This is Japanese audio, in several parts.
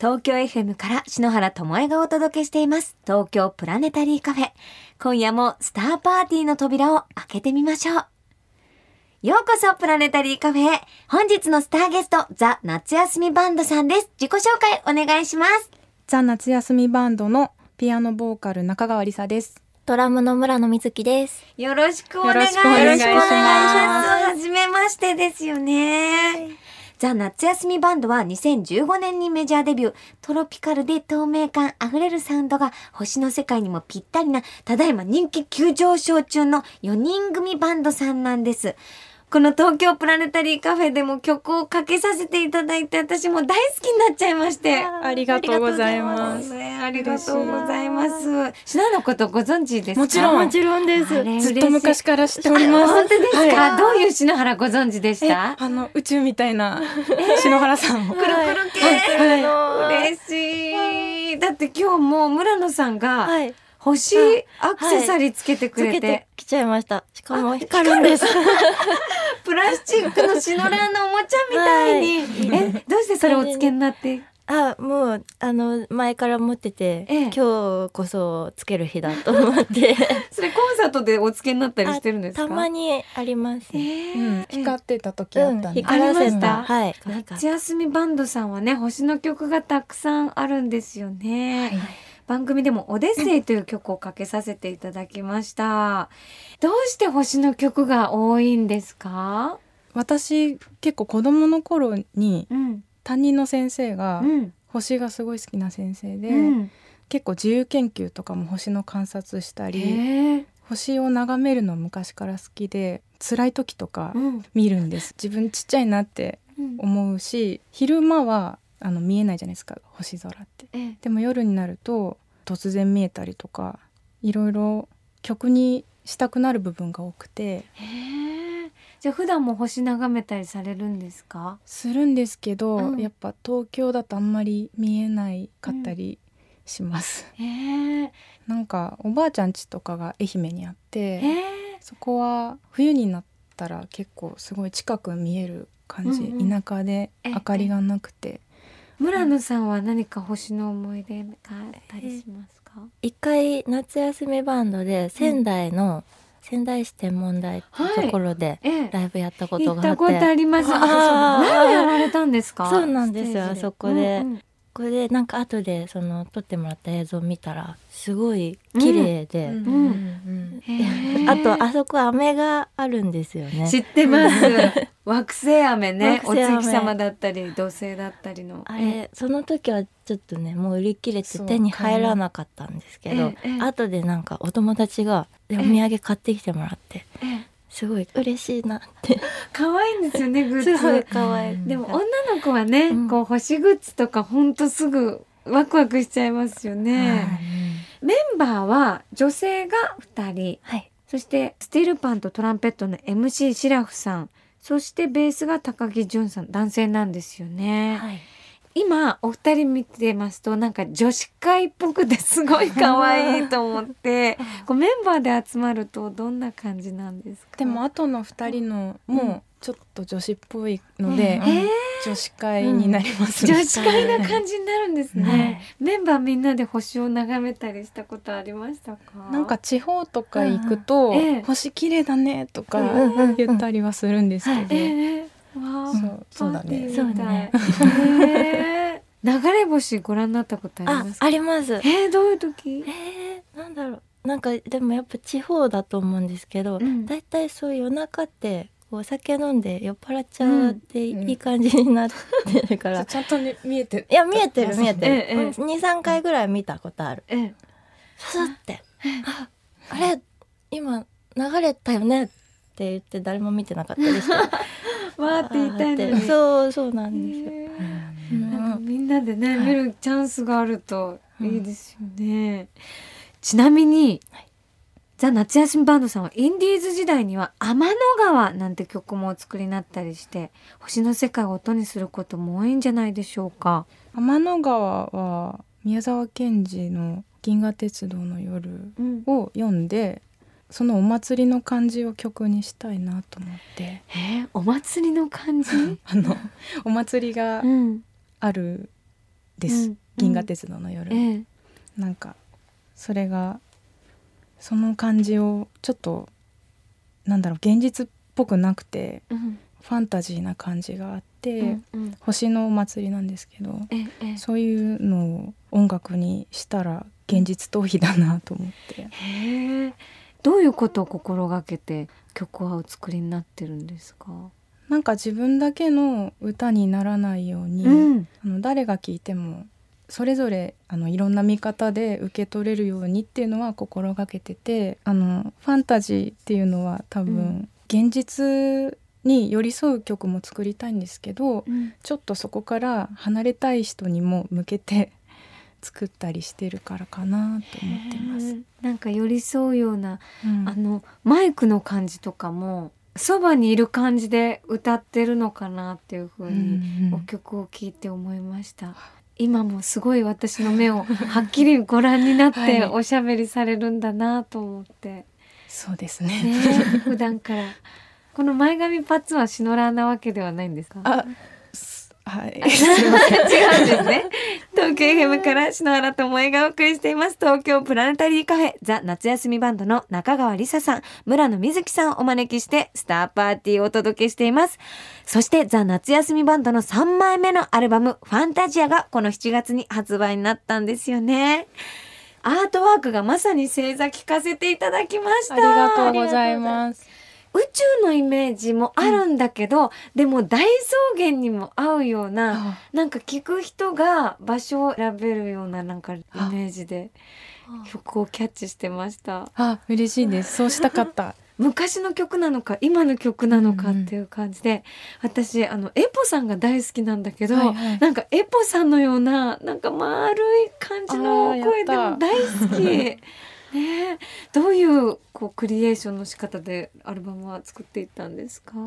東京 FM から篠原智恵がお届けしています東京プラネタリーカフェ。今夜もスターパーティーの扉を開けてみましょう。ようこそプラネタリーカフェへ。本日のスターゲスト、ザ・夏休みバンドさんです。自己紹介お願いします。 ザ・夏休みバンドのピアノボーカル中川りさです。 ドラムの村野瑞希です。 よろしくお願いします。はじめましてですよね。ザ・夏休みバンドは2015年にメジャーデビュー。トロピカルで透明感あふれるサウンドが星の世界にもぴったりな、ただいま人気急上昇中の4人組バンドさんなんです。この東京プラネタリーカフェでも曲をかけさせていただいて、私も大好きになっちゃいまして。 ありがとうございます。 ありがとうございます。篠のことご存知ですか？ もちろんです。ずっと昔から知っております。 本当ですか？はい、どういう篠原ご存知でした？ 宇宙みたいな篠原さんを。 くるくる系、嬉しい。だって今日も村野さんが、星アクセサリーつけてくれて、 つけてきちゃいました。しかも光るんです。 プラスチックのシノラーのおもちゃみたいに、どうしてそれをおつけになって？ もう前から持ってて、今日こそつける日だと思ってそれコンサートでおつけになったりしてるんですか？ たまにあります。 光ってた時あったんで、 光らせた。 夏休みバンドさんはね、星の曲がたくさんあるんですよね。番組でもオデッセイという曲をかけさせていただきました。どうして星の曲が多いんですか？ 私結構子供の頃に、担任の先生が星がすごい好きな先生で、結構自由研究とかも星の観察したり、星を眺めるの昔から好きで、辛い時とか見るんです。自分ちっちゃいなって思うし、昼間は見えないじゃないですか、星空って。でも夜になると突然見えたりとか、いろいろ曲にしたくなる部分が多くて。 じゃあ普段も星眺めたりされるんですか？ するんですけど、やっぱ東京だとあんまり見えないかったりします。なんかおばあちゃん家とかが愛媛にあって、そこは冬になったら結構すごい近く見える感じ、田舎で明かりがなくて。 村野さんは何か星の思い出があったりしますか？ 一回夏休みバンドで仙台の、仙台市天文台ってところでライブやったことがあって、 行ったことあります。ライブやられたんですか？ そうなんですよ。あそこで、これでなんか後で撮ってもらった映像を見たらすごい綺麗で、あとあそこ飴があるんですよね。 知ってます惑星飴ね。お月様だったり土星だったりの、 あれその時はちょっとねもう売り切れて手に入らなかったんですけど、後でなんかお友達がお土産買ってきてもらって、すごい嬉しいなって可愛いんですよね、グッズ。 すごい可愛い。 でも女の子はね、こう星グッズとかほんとすぐワクワクしちゃいますよね。メンバーは女性が2人、そしてスティールパンとトランペットの MC シラフさん、そしてベースが高木純さん、男性なんですよね。今お二人見てますとなんか女子会っぽくてすごい可愛いと思ってこうメンバーで集まるとどんな感じなんですか？ でも後の2人のもちょっと女子っぽいので、女子会になりますね。 女子会な感じになるんですね。メンバーみんなで星を眺めたりしたことありましたか？ なんか地方とか行くと、星綺麗だねとか言ったりはするんですけど、そうだね。 流れ星ご覧になったことありますか？ あります。 どういう時？ なんだろう、なんかでもやっぱ地方だと思うんですけど、だいたいそう夜中ってお酒飲んで酔っ払っちゃうっていい感じになってるから、 ちゃんとね見えてる。 いや見えてる2、3回ぐらい見たことある。ささってあれ今流れたよねって言って誰も見てなかったですけどわーって言いたいのに。 そうなんですよ。 なんかみんなでね、見るチャンスがあるといいですよね。ちなみに、ザ・夏休みバンドさんはインディーズ時代には天の川なんて曲もお作りになったりして星の世界を音にすることも多いんじゃないでしょうか？ 天の川は宮沢賢治の銀河鉄道の夜を読んで、そのお祭りの感じを曲にしたいなと思って。 お祭りの感じお祭りがあるです、銀河鉄道の夜、なんかそれがその感じをちょっとなんだろう、現実っぽくなくて、ファンタジーな感じがあって、星のお祭りなんですけど、そういうのを音楽にしたら現実逃避だなと思って。 へー、どういうことを心がけて曲はお作りになってるんですか？ なんか自分だけの歌にならないように、誰が聴いてもそれぞれいろんな見方で受け取れるようにっていうのは心がけてて、ファンタジーっていうのは多分、現実に寄り添う曲も作りたいんですけど、ちょっとそこから離れたい人にも向けて作ったりしてるからかなと思ってます。 なんか寄り添うような、マイクの感じとかもそばにいる感じで歌ってるのかなっていう風に、お曲を聴いて思いました。今もすごい私の目をはっきりご覧になっておしゃべりされるんだなと思って。 そうですね。 普段からこの前髪パッツンはシノラーなわけではないんですか？ はい。 違うんですね。東京 FM から篠原智恵がお送りしています。東京プラネタリーカフェザ夏休みバンドの中川梨沙さん、村野瑞希さんをお招きしてスターパーティーをお届けしています。そしてザ夏休みバンドの3枚目のアルバムファンタジアがこの7月に発売になったんですよね。アートワークがまさに星座聞かせていただきました。 ありがとうございます。 宇宙のイメージもあるんだけど、でも大草原にも合うような、なんか聞く人が場所を選べるようななんかイメージで曲をキャッチしてました。 嬉しいです。そうしたかった。 昔の曲なのか今の曲なのかっていう感じで、私エポさんが大好きなんだけど、なんかエポさんのようななんか丸い感じの声でも大好き。ね、どういうクリエーションの仕方でアルバムは作っていったんですか？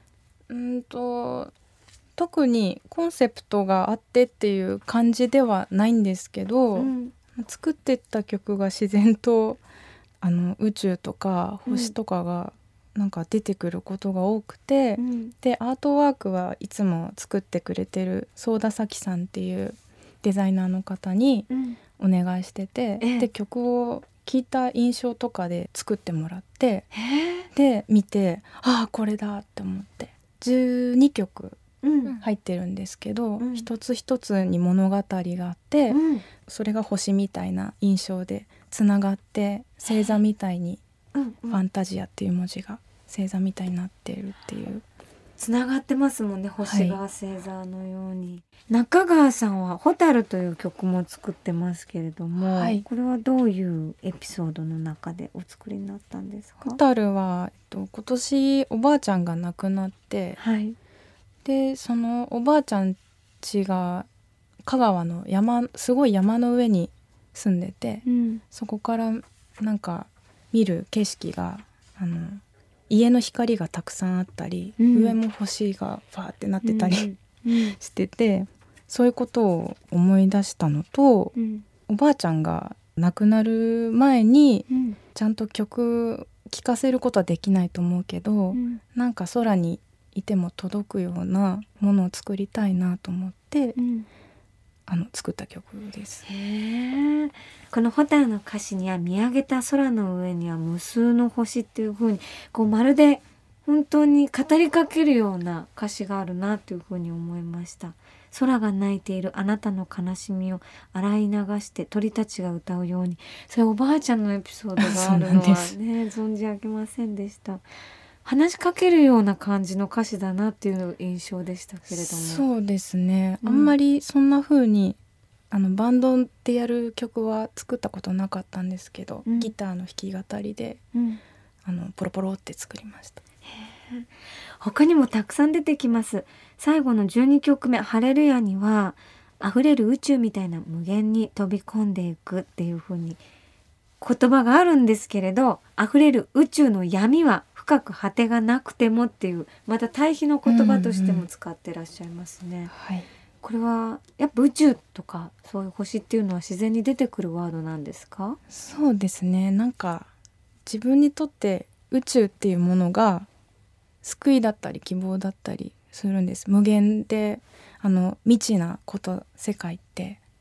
特にコンセプトがあってっていう感じではないんですけど、作っていった曲が自然と宇宙とか星とかがなんか出てくることが多くて、でアートワークはいつも作ってくれてる相田咲さんっていうデザイナーの方にお願いしてて、で曲を聞いた印象とかで作ってもらって、で見てこれだって思って、12曲入ってるんですけど、一つ一つに物語があって、それが星みたいな印象でつながって星座みたいに、ファンタジアっていう文字が星座みたいになってるっていう、 つながってますもんね、星が星座のように。中川さんはホタルという曲も作ってますけれども、これはどういうエピソードの中でお作りになったんですか？ ホタルは、今年おばあちゃんが亡くなって、でそのおばあちゃん家が香川のすごい山の上に住んでて、そこからなんか見る景色が家の光がたくさんあったり、上も星がファーってなってたり、してて、そういうことを思い出したのと、おばあちゃんが亡くなる前に、ちゃんと曲聴かせることはできないと思うけど、なんか空にいても届くようなものを作りたいなと思って、作った曲です。 このホタルの歌詞には見上げた空の上には無数の星っていう風にまるで本当に語りかけるような歌詞があるなという風に思いました。空が泣いているあなたの悲しみを洗い流して鳥たちが歌うように、それおばあちゃんのエピソードがあるのはね存じ上げませんでした。話しかけるような感じの歌詞だなっていう印象でしたけれども。 そうですね、あんまりそんな風にバンドでやる曲は作ったことなかったんですけど、ギターの弾き語りで、ポロポロって作りました。 他にもたくさん出てきます。最後の12曲目ハレルヤには溢れる宇宙みたいな無限に飛び込んでいくっていう風に言葉があるんですけれど、溢れる宇宙の闇は深く果てがなくてもっていう、また対比の言葉としても使ってらっしゃいますね。これはやっぱ宇宙とかそういう星っていうのは自然に出てくるワードなんですか？ そうですね、なんか自分にとって宇宙っていうものが救いだったり希望だったりするんです。無限で未知な世界って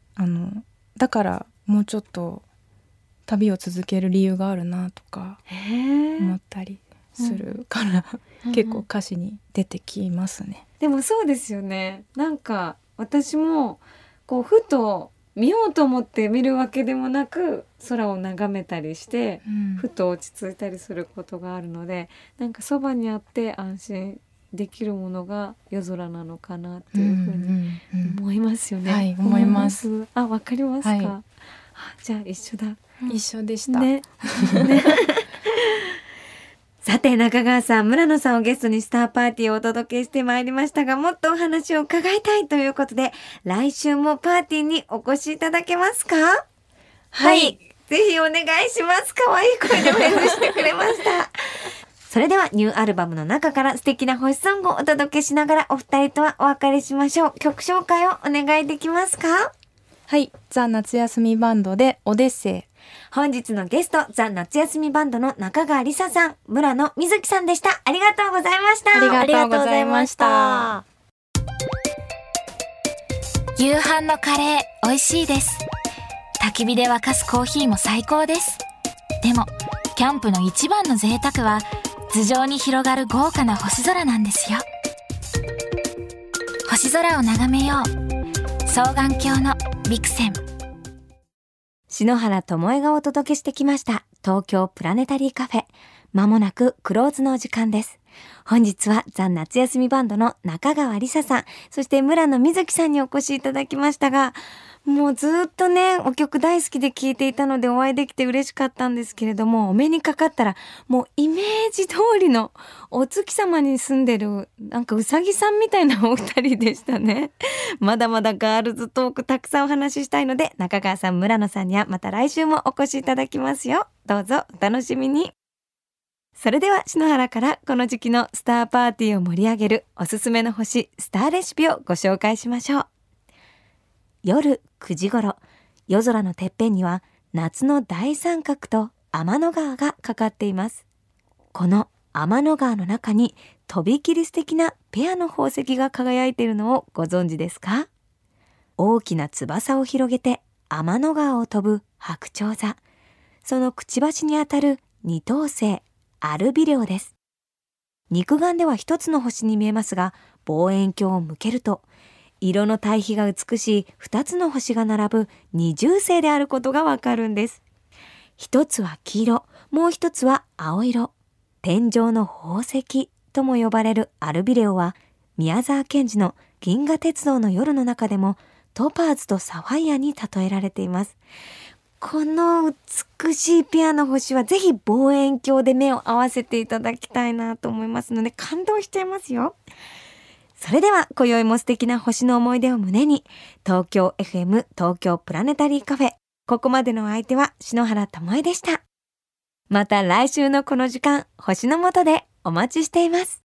だからもうちょっと旅を続ける理由があるなとか思ったりするから、結構歌詞に出てきますね。 でもそうですよね。なんか私もこうふと見ようと思って見るわけでもなく空を眺めたりして、ふと落ち着いたりすることがあるので、なんかそばにあって安心できるものが夜空なのかなっていうふうに思いますよね。 はい、思います。 わかりますか？ はい、 じゃあ一緒だ。 一緒でした。 ね。さて中川さん、村野さんをゲストにスターパーティーをお届けしてまいりましたが、もっとお話を伺いたいということで、来週もパーティーにお越しいただけますか？はい、ぜひお願いします。可愛い声でお返事してくれましたそれではニューアルバムの中から素敵な星ソングをお届けしながら、お二人とはお別れしましょう。曲紹介をお願いできますか？ はい、ザ・夏休みバンドでオデッセイ。 本日のゲスト、ザ・夏休みバンドの中川りささん、村野みずきさんでした。ありがとうございました。 ありがとうございました。 夕飯のカレー美味しいです。焚き火で沸かすコーヒーも最高です。でもキャンプの一番の贅沢は頭上に広がる豪華な星空なんですよ。星空を眺めよう。双眼鏡のビクセン。 篠原智恵がお届けしてきました東京プラネタリーカフェ。まもなくクローズのお時間です。本日はザ・夏休みバンドの中川りささん、そして村野みずきさんにお越しいただきましたが、もうずっとね、お曲大好きで聴いていたのでお会いできて嬉しかったんですけれども、お目にかかったらもうイメージ通りのお月様に住んでるなんかうさぎさんみたいなお二人でしたね。まだまだガールズトークたくさんお話ししたいので、中川さん、村野さんにはまた来週もお越しいただきますよ。どうぞお楽しみに。それでは篠原からこの時期のスターパーティーを盛り上げるおすすめの星スターレシピをご紹介しましょう。夜9時頃、夜空のてっぺんには夏の大三角と天の川がかかっています。この天の川の中にとびきり素敵なペアの宝石が輝いているのをご存知ですか？大きな翼を広げて天の川を飛ぶ白鳥座、そのくちばしにあたる二等星アルビレオです。肉眼では一つの星に見えますが、望遠鏡を向けると色の対比が美しい2つの星が並ぶ二重星であることがわかるんです。一つは黄色、もう一つは青色。天上の宝石とも呼ばれるアルビレオは、宮沢賢治の銀河鉄道の夜の中でもトパーズとサファイアに例えられています。この美しいペアの星はぜひ望遠鏡で目を合わせていただきたいなと思いますので、感動しちゃいますよ。それでは今宵も素敵な星の思い出を胸に、東京 FM 東京プラネタリーカフェ、ここまでのお相手は篠原智恵でした。また来週のこの時間、星の下でお待ちしています。